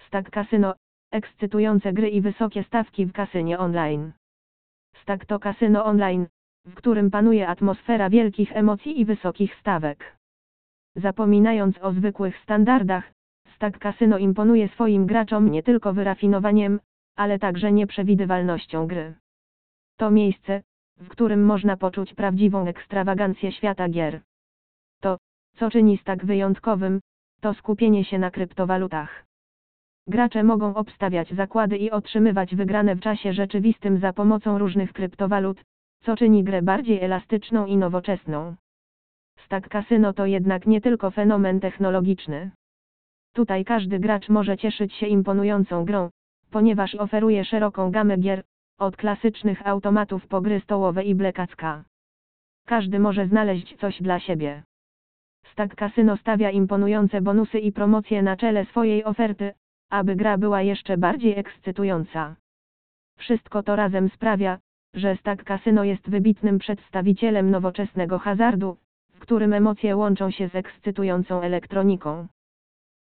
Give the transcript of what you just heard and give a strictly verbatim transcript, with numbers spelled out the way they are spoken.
Stack Casino – ekscytujące gry i wysokie stawki w kasynie online. Stack to kasyno online, w którym panuje atmosfera wielkich emocji i wysokich stawek. Zapominając o zwykłych standardach, Stack Casino imponuje swoim graczom nie tylko wyrafinowaniem, ale także nieprzewidywalnością gry. To miejsce, w którym można poczuć prawdziwą ekstrawagancję świata gier. To, co czyni Stack wyjątkowym, to skupienie się na kryptowalutach. Gracze mogą obstawiać zakłady i otrzymywać wygrane w czasie rzeczywistym za pomocą różnych kryptowalut, co czyni grę bardziej elastyczną i nowoczesną. Stack Casino to jednak nie tylko fenomen technologiczny. Tutaj każdy gracz może cieszyć się imponującą grą, ponieważ oferuje szeroką gamę gier, od klasycznych automatów po gry stołowe i blekacka. Każdy może znaleźć coś dla siebie. Stack Casino stawia imponujące bonusy i promocje na czele swojej oferty, aby gra była jeszcze bardziej ekscytująca. Wszystko to razem sprawia, że Stack Casino jest wybitnym przedstawicielem nowoczesnego hazardu, w którym emocje łączą się z ekscytującą elektroniką.